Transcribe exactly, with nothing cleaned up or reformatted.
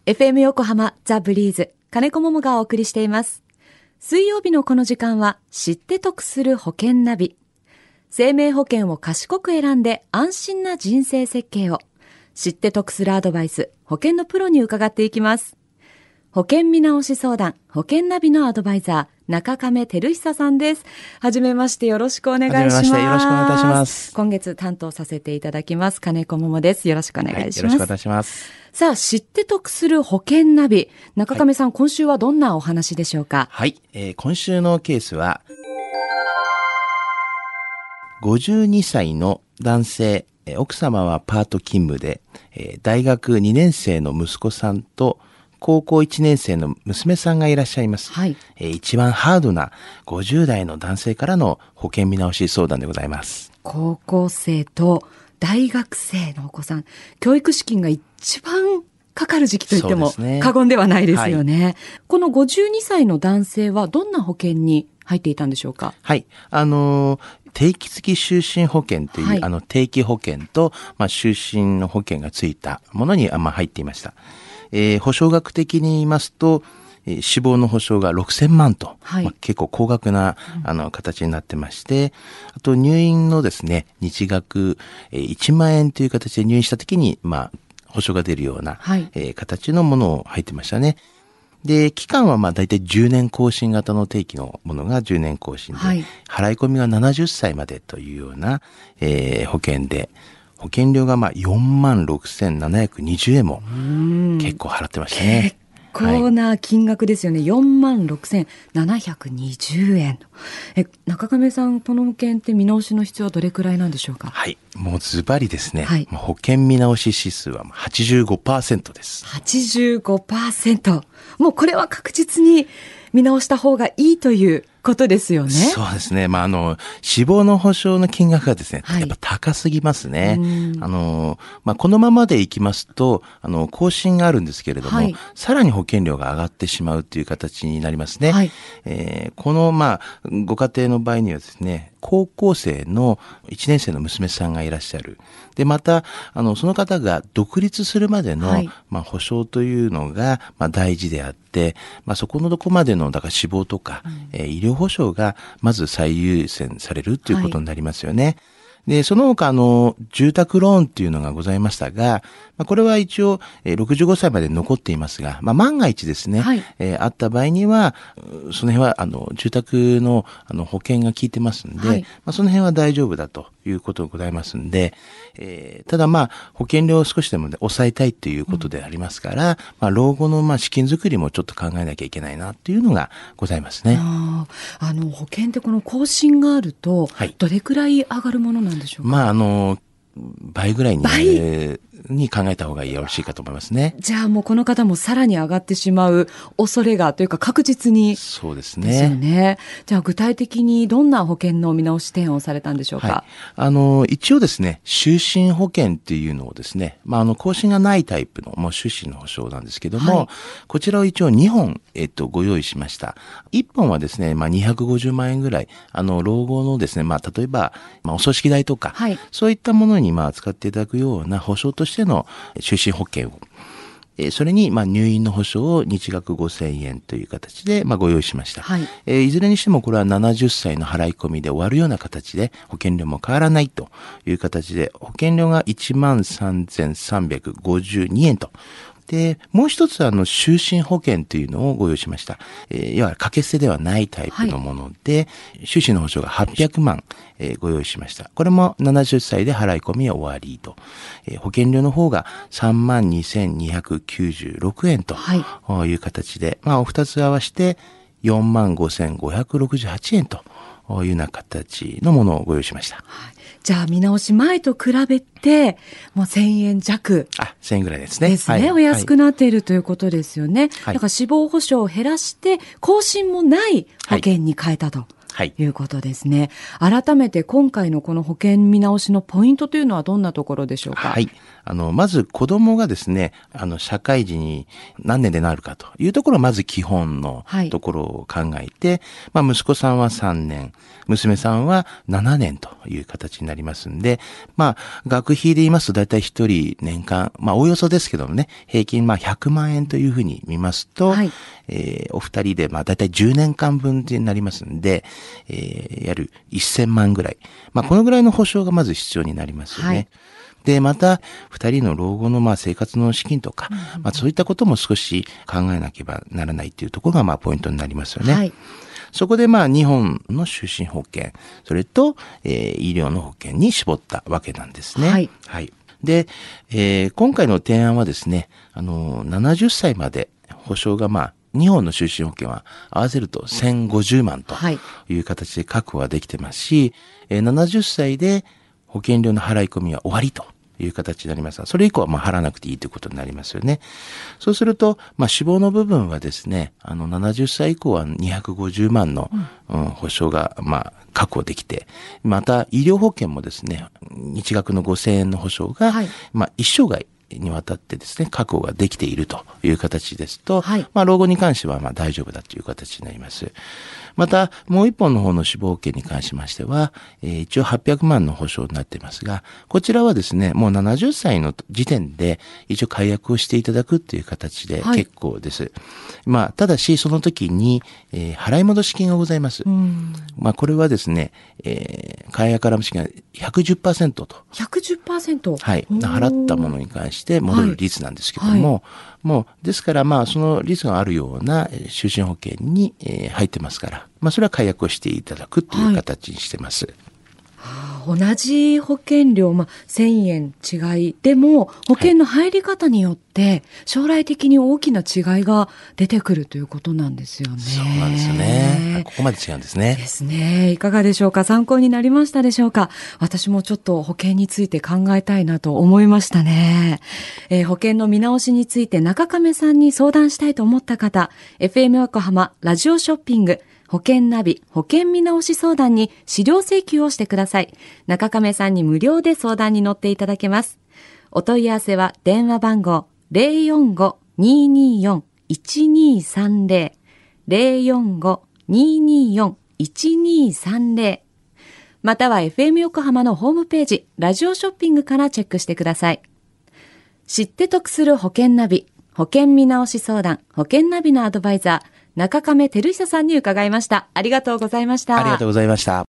エフエム 横浜ザ・ブリーズ金子桃がお送りしています。水曜日のこの時間は知って得する保険ナビ。生命保険を賢く選んで安心な人生設計を知って得するアドバイス、保険のプロに伺っていきます。保険見直し相談、保険ナビのアドバイザー、中亀照久さんです。はじめまして、よろしくお願いします。 はじめまして、よろしくお願いいたします。 今月担当させていただきます金子桃です。よろしくお願いします。はい、 よろしくお願いします。 さあ、知って得する保険ナビ、中亀さん、はい、今週はどんなお話でしょうか？ はい、えー、今週のケースはごじゅうにさいの男性、奥様はパート勤務で、えー、大学にねん生の息子さんと高校いちねん生の娘さんがいらっしゃいます。はい、えー、一番ハードなごじゅう代の男性からの保険見直し相談でございます。 高校生と大学生のお子さん、教育資金が一番かかる時期といっても過言ではないですよね。はい、このごじゅうにさいの男性はどんな保険に入っていたんでしょうか？ はい、あのー、定期付き就寝保険という、はい、あの定期保険と、まあ、就寝の保険がついたものに、まあ、入っていました。えー、保証額的に言いますと、えー、死亡の保証がろくせんまんと、はい、まあ、結構高額なあの形になってまして、あと入院のですね、日額、えー、いちまんえんという形で入院した時に、まあ、保証が出るような、はい、えー、形のものを入ってましたね。で、期間はまあ大体じゅうねん更新型の定期のものがじゅうねん更新で、はい、払い込みがななじゅっさいまでというような、えー、保険で、保険料がまあよんまんろくせんななひゃくにじゅうえんも結構払ってましたね。 結構な金額ですよね。はい、よんまんろくせんななひゃくにじゅうえん。え、中亀さん、この保険って見直しの必要はどれくらいなんでしょうか？ はい。もうズバリですね。はい、保険見直し指数は はちじゅうごパーセント です。 はちじゅうごパーセント。もうこれは確実に見直した方がいいということですよね。 そうですね。まあ、あの、死亡の保証の金額がですね、はい、やっぱ高すぎますね。あの、まあ、このままでいきますと、あの、更新があるんですけれども、はい、さらに保険料が上がってしまうという形になりますね。はい、えー、この、まあ、ご家庭の場合にはですね、高校生のいちねん生の娘さんがいらっしゃる。で、また、あの、その方が独立するまでの、はい、まあ、保証というのが、まあ、大事であって、まあ、そこのどこまでの、だから死亡とか、うん、えー、医療保障がまず最優先されるということになりますよね。はい、で、その他、あの、住宅ローンっていうのがございましたが、まあ、これは一応、えー、ろくじゅうごさいまで残っていますが、まあ、万が一ですね、はい、えー、あった場合には、その辺は、あの、住宅の、あの、保険が効いてますんで、はい、まあ、その辺は大丈夫だということでございますんで、えー、ただまあ、保険料を少しでも、ね、抑えたいということでありますから、うん、まあ、老後の、まあ、資金作りもちょっと考えなきゃいけないなっていうのがございますね。 ああの、保険ってこの更新があると、どれくらい上がるものなんでしょうか？ まあ、あの、倍ぐらいに、倍に考えた方がよろしいかと思いますね。 じゃあもうこの方もさらに上がってしまう恐れがというか確実に。 そうですね。 ですよね。じゃあ具体的にどんな保険の見直し提案をされたんでしょうか？はい、 あの、一応ですね、就寝保険っていうのをですね、まあ、あの、更新がないタイプの、もう就寝の保証なんですけども、はい、こちらを一応にほん、えっと、ご用意しました。いっぽんはですね、まあ、にひゃくごじゅうまんえんぐらい、あの、老後のですね、まあ、例えば、まあ、お葬式代とか、はい、そういったものに、まあ、使っていただくような保証としての就寝保険を、えー、それに、まあ、入院の保証を日額ごせんえんという形で、まあ、ご用意しました。はい、えー、いずれにしてもこれはななじゅっさいの払い込みで終わるような形で、保険料も変わらないという形で、保険料がいちまんさんぜんさんびゃくごじゅうにえんと。で、もう一つあの、就寝保険というのをご用意しました。えー、いわゆる掛け捨てではないタイプのもので、はい、就寝の保証がはっぴゃくまん、えー、ご用意しました。これもななじゅっさいで払い込みは終わりと。えー、保険料の方がさんまんにせんにひゃくきゅうじゅうろくえんという形で、はい、まあ、お二つ合わせてよんまんごせんごひゃくろくじゅうはちえんというような形のものをご用意しました。はい、 じゃあ見直し前と比べてもうせんえん弱。 あ、せんえんぐらいですね。 ですね。はい、お安くなっているということですよね。はい、だから死亡保障を減らして更新もない保険に変えたと。 いうことですね。はい、改めて今回のこの保険見直しのポイントというのはどんなところでしょうか。 はい。あの、まず子供がですね、あの、社会人に何年でなるかというところはまず基本のところを考えて、はい、まあ、息子さんはさんねん、娘さんはななねんという形になりますんで、まあ、学費で言いますとだいたいひとり年間、まあ、おおよそですけどもね、平均まあひゃくまんえんというふうに見ますと、はい、えー、お二人でまあだいたいじゅうねんかんぶんになりますんで、えー、やるせんまんぐらい。まあ、このぐらいの保証がまず必要になりますよね。はい、で、また、二人の老後のまあ生活の資金とか、うん、まあそういったことも少し考えなければならないというところがまあポイントになりますよね。はい、そこでまあ日本の就寝保険、それと、えー、医療の保険に絞ったわけなんですね。はい。はい。で、えー、今回の提案はですね、あの、ななじゅっさいまで保証がまあ、日本の就寝保険は合わせるとせんごじゅうまんという形で確保ができてますし、はい、ななじゅっさいで保険料の払い込みは終わりという形になりますが、それ以降はまあ払わなくていいということになりますよね。そうすると、まあ死亡の部分はですね、あのななじゅっさい以降はにひゃくごじゅうまんの、うんうん、保証がまあ確保できて、また医療保険もですね、日額のごせんえんの保証が、はい、まあ一生涯にわたってですね、確保ができているという形ですと、はい、まあ老後に関してはまあ大丈夫だという形になります。また、もう一本の方の死亡保険に関しましては、えー、一応はっぴゃくまんの保証になっていますが、こちらはですね、もうななじゅっさいの時点で一応解約をしていただくっていう形で結構です。はい、まあ、ただし、その時に、えー、払い戻し金がございます。まあ、これはですね、えー、解約払い戻し金が ひゃくじゅっパーセント と。 ひゃくじゅっパーセント? はい。払ったものに関して戻る率なんですけども、はいはい、もう、ですからまあ、その率があるような就寝保険に、えー、入ってますから、まあ、それは解約をしていただくという形にしてます。 はい、同じ保険料、まあ、せんえん違いでも保険の入り方によって将来的に大きな違いが出てくるということなんですよね。 そうなんですよね。ここまで違うんですね。 ですね。いかがでしょうか。参考になりましたでしょうか。私もちょっと保険について考えたいなと思いましたね。えー、保険の見直しについて中亀さんに相談したいと思った方、エフエム 横浜ラジオショッピング保険ナビ保険見直し相談に資料請求をしてください。中亀さんに無料で相談に乗っていただけます。お問い合わせは電話番号 ゼロよんご にーにーよん いちにーさんゼロ ゼロよんご にーにーよん いちにーさんゼロ または エフエム 横浜のホームページラジオショッピングからチェックしてください。知って得する保険ナビ保険見直し相談保険ナビのアドバイザー中亀照久さんに伺いました。ありがとうございました。 ありがとうございました。